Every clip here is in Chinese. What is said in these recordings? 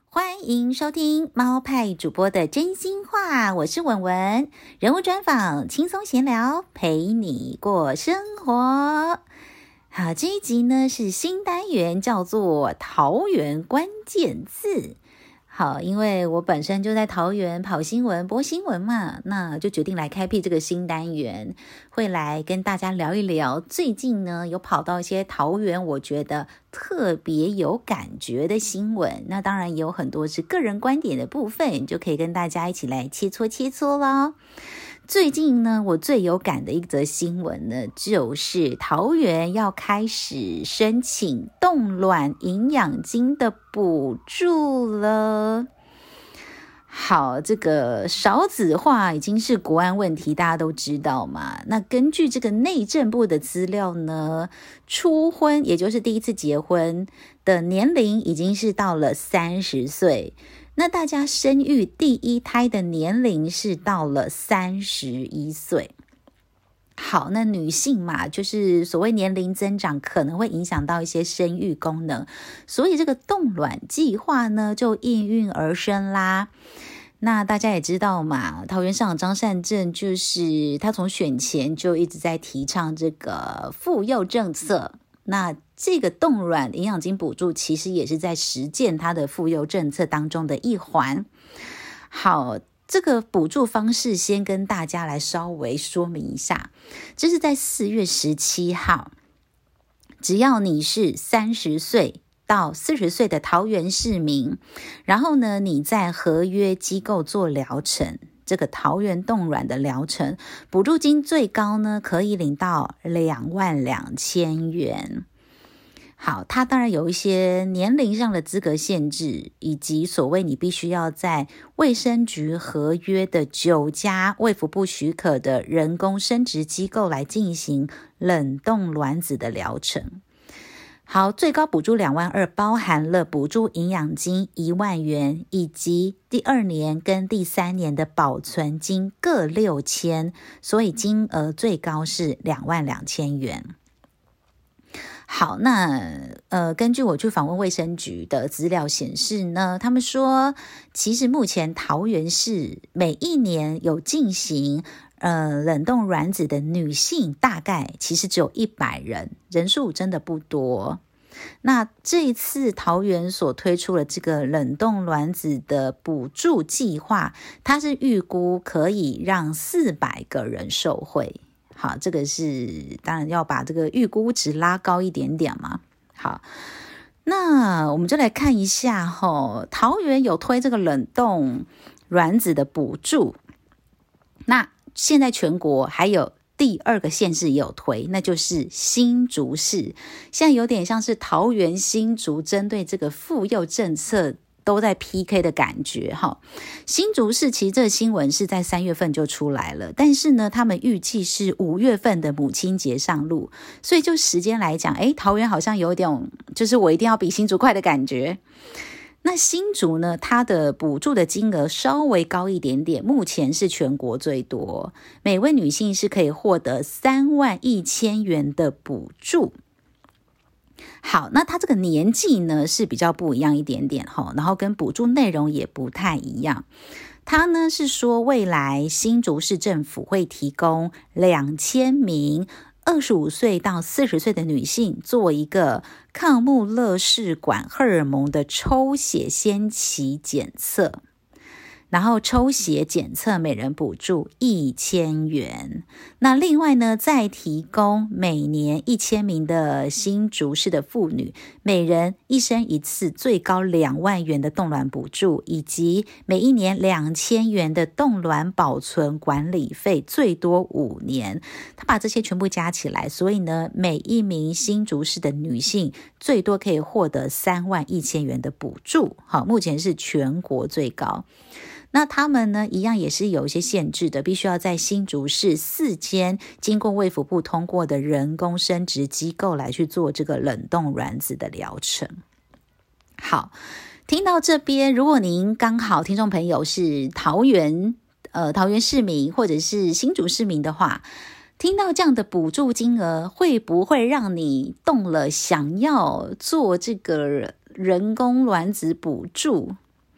欢迎收听猫派主播的真心话，我是文文，人物专访，轻松闲聊，陪你过生活。好，这一集呢是新单元，叫做桃园关键字。好，因为我本身就在桃园跑新闻播新闻嘛，那就决定来开辟这个新单元，会来跟大家聊一聊。最近呢有跑到一些桃园我觉得特别有感觉的新闻，那当然也有很多是个人观点的部分，就可以跟大家一起来切磋咯。最近呢我最有感的一则新闻呢，就是桃园要开始申请冻卵营养金的补助了。好，这个少子化已经是国安问题，大家都知道嘛。那根据这个内政部的资料呢，初婚也就是第一次结婚的年龄已经是到了30岁，那大家生育第一胎的年龄是到了31岁。好，那女性嘛，就是所谓年龄增长可能会影响到一些生育功能，所以这个冻卵计划呢就应运而生啦。那大家也知道嘛，桃园市长张善政就是他从选前就一直在提倡这个妇幼政策，那这个冻卵营养金补助其实也是在实践他的妇幼政策当中的一环。好，这个补助方式先跟大家来稍微说明一下，这是在4月17号，只要你是30岁到40岁的桃园市民，然后呢你在合约机构做疗程，这个桃园冻卵的疗程补助金最高呢可以领到22000元。好，它当然有一些年龄上的资格限制，以及所谓你必须要在卫生局合约的9家卫福部许可的人工生殖机构来进行冷冻卵子的疗程。好，最高补助22000，包含了补助营养金1万元，以及第2年跟第3年的保存金各6000，所以金额最高是22000元。好，那根据我去访问卫生局的资料显示呢，他们说其实目前桃园市每一年有进行冷冻卵子的女性大概其实只有100人，人数真的不多。那这一次桃园所推出的这个冷冻卵子的补助计划，它是预估可以让400个人受惠。好，这个是当然要把这个预估值拉高一点点嘛。好，那我们就来看一下桃园有推这个冷冻卵子的补助，那现在全国还有第2个县市也有推，那就是新竹市。现在有点像是桃园新竹针对这个妇幼政策都在 PK 的感觉哈。新竹市其实这个新闻是在3月份就出来了，但是呢他们预计是5月份的母亲节上路，所以就时间来讲桃园好像有点就是我一定要比新竹快的感觉。那新竹呢，它的补助的金额稍微高一点点，目前是全国最多，每位女性是可以获得31000元的补助。好，那它这个年纪呢是比较不一样一点点然后跟补助内容也不太一样。它呢是说未来新竹市政府会提供2000名25岁到40岁的女性做一个抗穆勒氏管荷尔蒙的抽血先期检测，然后抽血检测每人补助1000元。那另外呢，再提供每年1000名的新竹市的妇女，每人一生一次最高2万元的冻卵补助，以及每一年2000元的冻卵保存管理费，最多5年。他把这些全部加起来，所以呢，每一名新竹市的女性最多可以获得31000元的补助。好，目前是全国最高。那他们呢一样也是有一些限制的，必须要在新竹市4间经过卫福部通过的人工生殖机构来去做这个冷冻卵子的疗程。好，听到这边，如果您刚好听众朋友是桃园市民或者是新竹市民的话，听到这样的补助金额，会不会让你动了想要做这个人工卵子补助？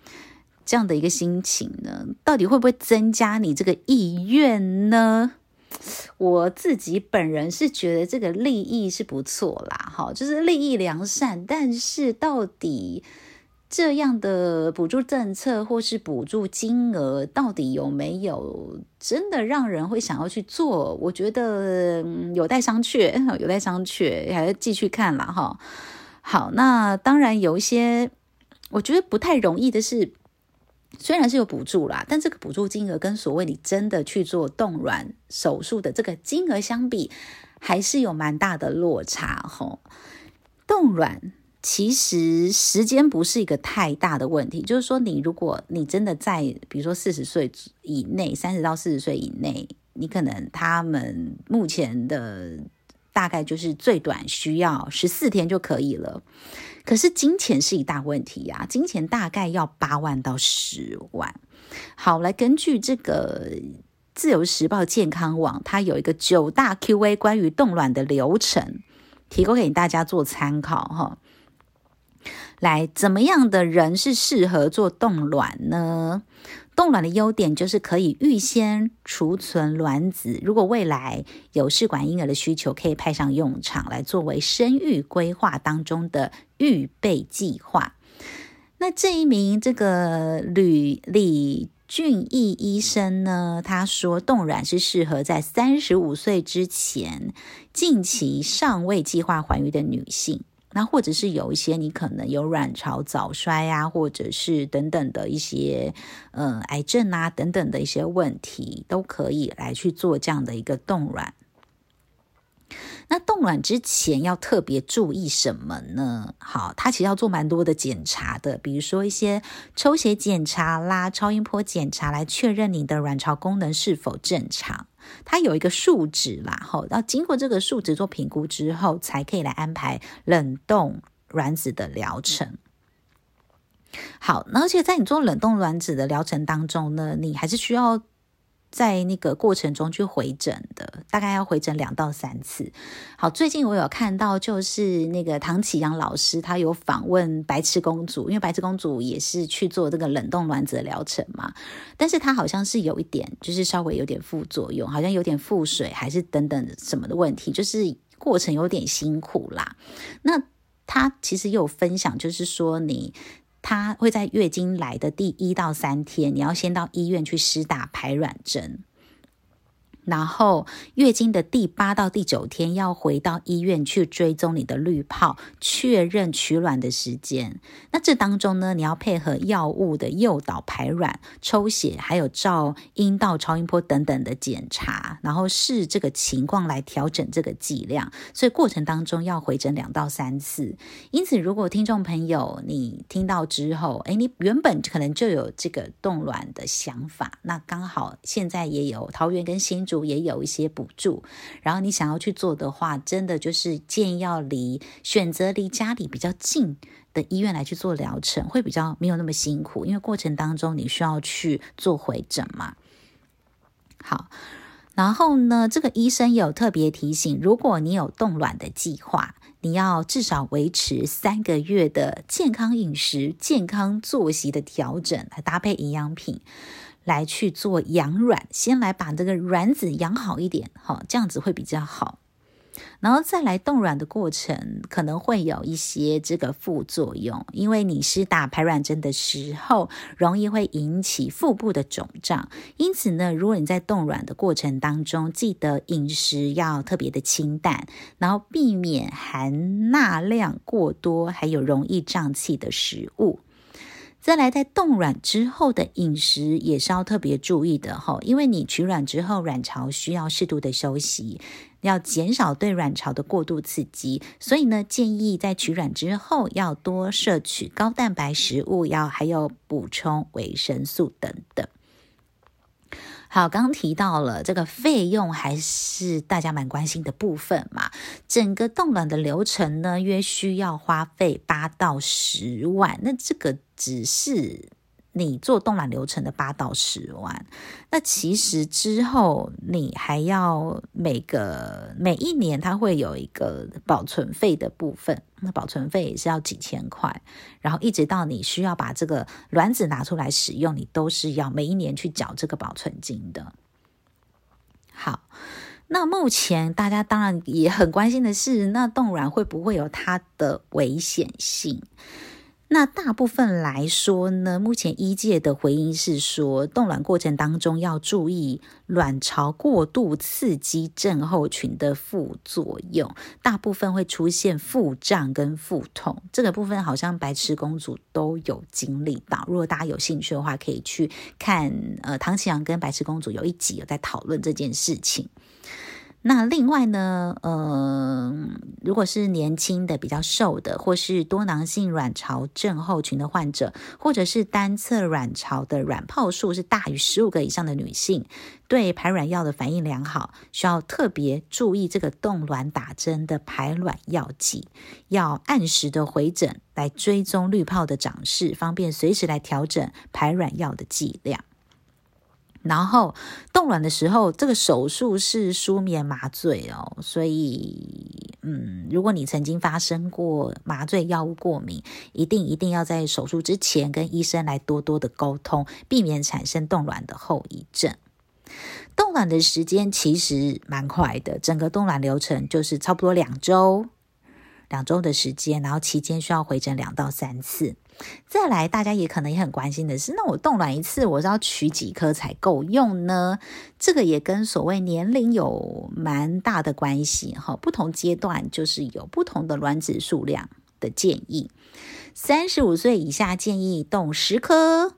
这样的一个心情呢，到底会不会增加你这个意愿呢？我自己本人是觉得这个利益是不错啦，就是利益良善，但是到底这样的补助政策或是补助金额到底有没有真的让人会想要去做，我觉得有待商榷，还要继续看啦哈。好，那当然有一些我觉得不太容易的是，虽然是有补助啦，但这个补助金额跟所谓你真的去做冻卵手术的这个金额相比，还是有蛮大的落差齁。冻卵其实时间不是一个太大的问题，就是说如果你真的在比如说40岁以内，30到40岁以内，你可能他们目前的大概就是最短需要14天就可以了。可是金钱是一大问题啊，金钱大概要8万到10万。好，来根据这个自由时报健康网，它有一个9大 Q&A 关于冻卵的流程，提供给大家做参考哈。来，怎么样的人是适合做冻卵呢？冻卵的优点就是可以预先储存卵子，如果未来有试管婴儿的需求，可以派上用场，来作为生育规划当中的预备计划。那这一名这个李俊义医生呢，他说冻卵是适合在35岁之前近期尚未计划怀孕的女性，那或者是有一些你可能有卵巢早衰啊，或者是等等的一些癌症啊等等的一些问题，都可以来去做这样的一个冻卵。那冻卵之前要特别注意什么呢？好，它其实要做蛮多的检查的，比如说一些抽血检查啦、超音波检查，来确认你的卵巢功能是否正常。它有一个数值啦，要经过这个数值做评估之后，才可以来安排冷冻卵子的疗程。好，而且在你做冷冻卵子的疗程当中呢，你还是需要在那个过程中去回诊的，大概要回诊2到3次。好，最近我有看到就是那个唐启阳老师，他有访问白痴公主，因为白痴公主也是去做这个冷冻卵子的疗程嘛，但是他好像是有一点就是稍微有点副作用，好像有点腹水还是等等什么的问题，就是过程有点辛苦啦。那他其实有分享，就是说他会在月经来的第1到3天，你要先到医院去施打排卵针，然后月经的第8到第9天要回到医院去追踪你的滤泡，确认取卵的时间。那这当中呢，你要配合药物的诱导排卵、抽血，还有照阴道超音波等等的检查，然后视这个情况来调整这个剂量。所以过程当中要回诊2到3次。因此如果听众朋友你听到之后，你原本可能就有这个冻卵的想法，那刚好现在也有桃园跟新竹也有一些补助，然后你想要去做的话，真的就是建议要选择离家里比较近的医院来去做疗程，会比较没有那么辛苦，因为过程当中你需要去做回诊嘛。好，然后呢，这个医生也有特别提醒，如果你有冻卵的计划，你要至少维持3个月的健康饮食、健康作息的调整，来搭配营养品来去做养卵，先来把这个卵子养好一点，这样子会比较好。然后再来冻卵的过程可能会有一些这个副作用，因为你施打排卵针的时候容易会引起腹部的肿胀，因此呢，如果你在冻卵的过程当中，记得饮食要特别的清淡，然后避免含钠量过多还有容易胀气的食物。再来，在冻卵之后的饮食也是要特别注意的，因为你取卵之后，卵巢需要适度的休息，要减少对卵巢的过度刺激，所以呢，建议在取卵之后要多摄取高蛋白食物，还有补充维生素等等。好，刚刚提到了这个费用还是大家蛮关心的部分嘛。整个冻卵的流程呢，约需要花费8到10万，那这个只是你做冻卵流程的8到10万。那其实之后你还要每一年它会有一个保存费的部分，那保存费也是要几千块，然后一直到你需要把这个卵子拿出来使用，你都是要每一年去缴这个保存金的。好，那目前大家当然也很关心的是，那冻卵会不会有它的危险性？那大部分来说呢，目前医界的回应是说，冻卵过程当中要注意卵巢过度刺激症候群的副作用，大部分会出现腹胀跟腹痛，这个部分好像白痴公主都有经历到，如果大家有兴趣的话，可以去看唐启阳跟白痴公主有一集有在讨论这件事情。那另外呢，如果是年轻的比较瘦的，或是多囊性卵巢症候群的患者，或者是单侧卵巢的卵泡数是大于15个以上的女性，对排卵药的反应良好，需要特别注意这个冻卵打针的排卵药剂，要按时的回诊来追踪滤泡的长势，方便随时来调整排卵药的剂量。然后冻卵的时候，这个手术是舒眠麻醉哦，所以如果你曾经发生过麻醉药物过敏，一定要在手术之前跟医生来多多的沟通，避免产生冻卵的后遗症。冻卵的时间其实蛮快的，整个冻卵流程就是差不多2周的时间，然后期间需要回诊2到3次。再来，大家也可能也很关心的是，那我冻卵一次我是要取几颗才够用呢？这个也跟所谓年龄有蛮大的关系，不同阶段就是有不同的卵子数量的建议。35岁以下建议冻10颗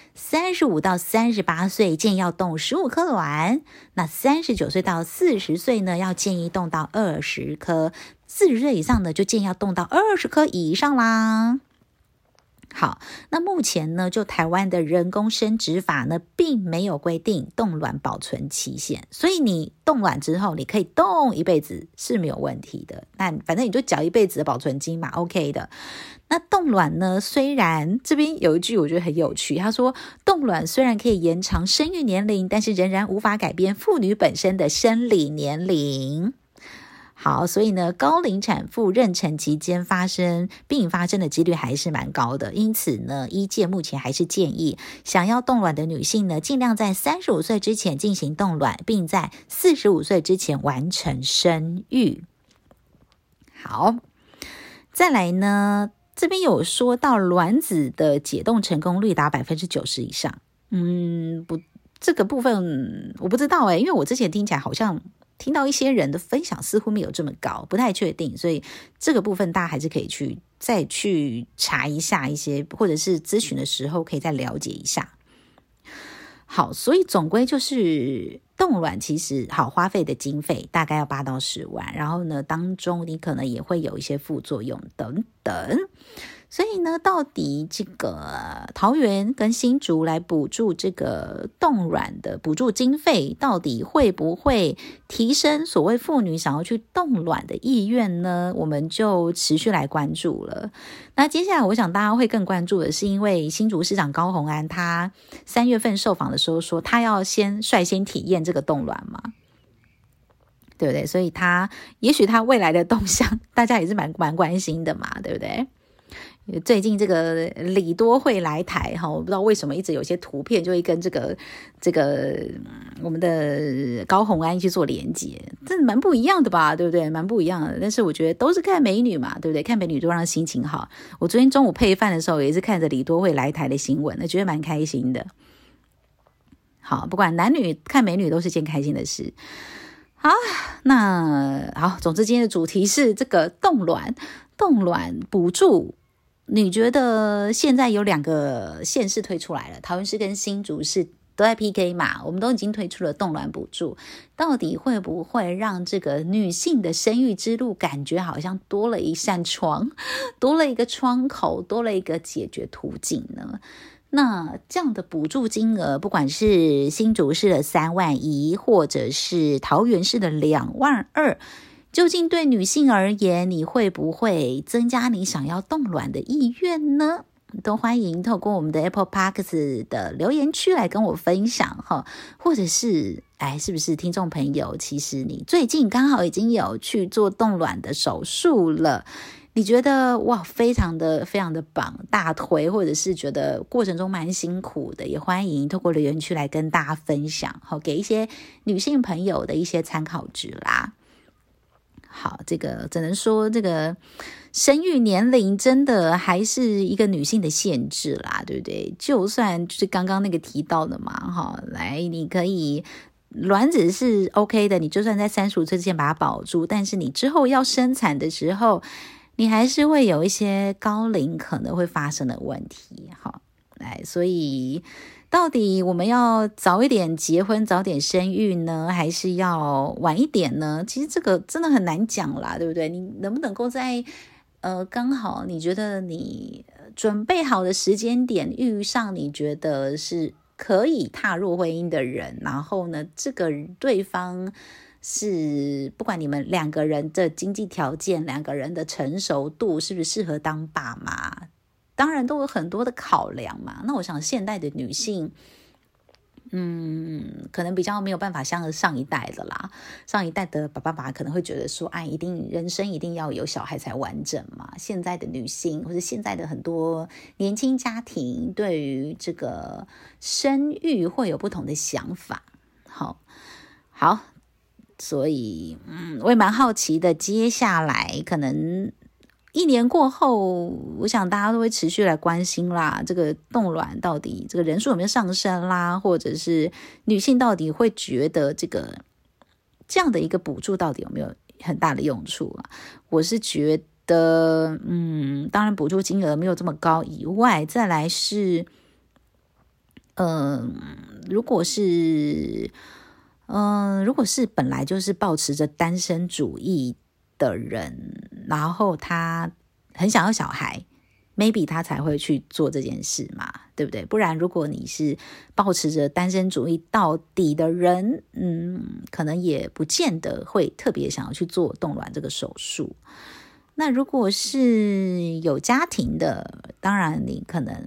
，35到38岁建议要冻15颗卵，那39岁到40岁呢，要建议冻到20颗，40岁以上的就建议要冻到20颗以上啦。好，那目前呢，就台湾的人工生殖法呢，并没有规定冻卵保存期限，所以你冻卵之后，你可以冻一辈子是没有问题的。那反正你就缴一辈子的保存金嘛 ，OK 的。那冻卵呢，虽然这边有一句我觉得很有趣，他说冻卵虽然可以延长生育年龄，但是仍然无法改变妇女本身的生理年龄。好，所以呢，高龄产妇妊娠期间并发症的几率还是蛮高的，因此呢，医界目前还是建议想要冻卵的女性呢，尽量在35岁之前进行冻卵，并在45岁之前完成生育。好，再来呢，这边有说到卵子的解冻成功率达 90% 以上。这个部分我不知道因为我之前听起来好像听到一些人的分享似乎没有这么高，不太确定，所以这个部分大家还是可以再去查一下一些，或者是咨询的时候可以再了解一下。好，所以总归就是冻卵其实好花费的经费大概要8到10万，然后呢当中你可能也会有一些副作用等等。所以呢，到底这个桃园跟新竹来补助这个冻卵的补助经费，到底会不会提升所谓妇女想要去冻卵的意愿呢？我们就持续来关注了。那接下来我想大家会更关注的是，因为新竹市长高虹安他3月份受访的时候说，他要率先体验这个冻卵嘛，对不对？所以也许他未来的动向大家也是蛮关心的嘛，对不对？最近这个李多慧来台我不知道为什么一直有些图片就会跟这个我们的高虹安去做连结，真的蛮不一样的吧，对不对？蛮不一样的，但是我觉得都是看美女嘛，对不对？看美女都让心情好。我昨天中午配饭的时候也是看着李多慧来台的新闻，觉得蛮开心的。好，不管男女看美女都是件开心的事。好，总之今天的主题是这个冻卵补助。你觉得现在有2个县市推出来了，桃园市跟新竹市都在 PK 嘛，我们都已经推出了冻卵补助，到底会不会让这个女性的生育之路感觉好像多了一扇窗，多了一个窗口，多了一个解决途径呢？那这样的补助金额，不管是新竹市的3万1，或者是桃园市的2万2，究竟对女性而言，你会不会增加你想要冻卵的意愿呢？ 都欢迎透过我们的 Apple Podcast 的留言区来跟我分享哈，或者是是不是听众朋友，其实你最近刚好已经有去做冻卵的手术了，你觉得哇非常的棒，大推，或者是觉得过程中蛮辛苦的，也欢迎透过留言区来跟大家分享，好，给一些女性朋友的一些参考值啦。好，这个只能说这个生育年龄真的还是一个女性的限制啦，对不对？就算就是刚刚那个提到的嘛，来你可以卵子是 OK 的，你就算在35岁之前把它保住，但是你之后要生产的时候，你还是会有一些高龄可能会发生的问题。好，所以到底我们要早一点结婚早点生育呢，还是要晚一点呢？其实这个真的很难讲啦，对不对？你能不能够在刚好你觉得你准备好的时间点遇上你觉得是可以踏入婚姻的人，然后呢这个对方是不管你们两个人的经济条件，两个人的成熟度是不是适合当爸妈，当然都有很多的考量嘛。那我想现代的女性可能比较没有办法像上一代的啦，上一代的爸爸可能会觉得说一定人生一定要有小孩才完整嘛。现在的女性或者现在的很多年轻家庭对于这个生育会有不同的想法。好，所以我也蛮好奇的，接下来可能1年过后，我想大家都会持续来关心啦，这个冻卵到底这个人数有没有上升啦，或者是女性到底会觉得这样的一个补助到底有没有很大的用处啊？我是觉得当然补助金额没有这么高以外，再来是如果是本来就是抱持着单身主义的人，然后他很想要小孩 maybe 他才会去做这件事嘛，对不对？不然如果你是抱持着单身主义到底的人，可能也不见得会特别想要去做冻卵这个手术。那如果是有家庭的，当然你可能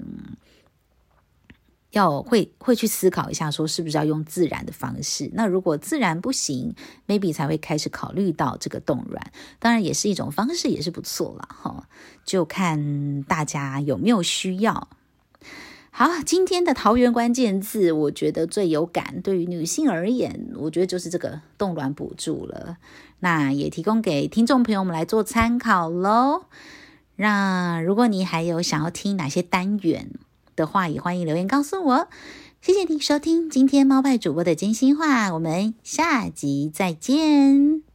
会去思考一下说是不是要用自然的方式，那如果自然不行 maybe 才会开始考虑到这个冻卵，当然也是一种方式，也是不错啦，就看大家有没有需要。好，今天的桃园关键字我觉得最有感，对于女性而言我觉得就是这个冻卵补助了，那也提供给听众朋友们来做参考咯。那如果你还有想要听哪些单元的话，也欢迎留言告诉我。谢谢你收听今天猫派主播的真心话，我们下集再见。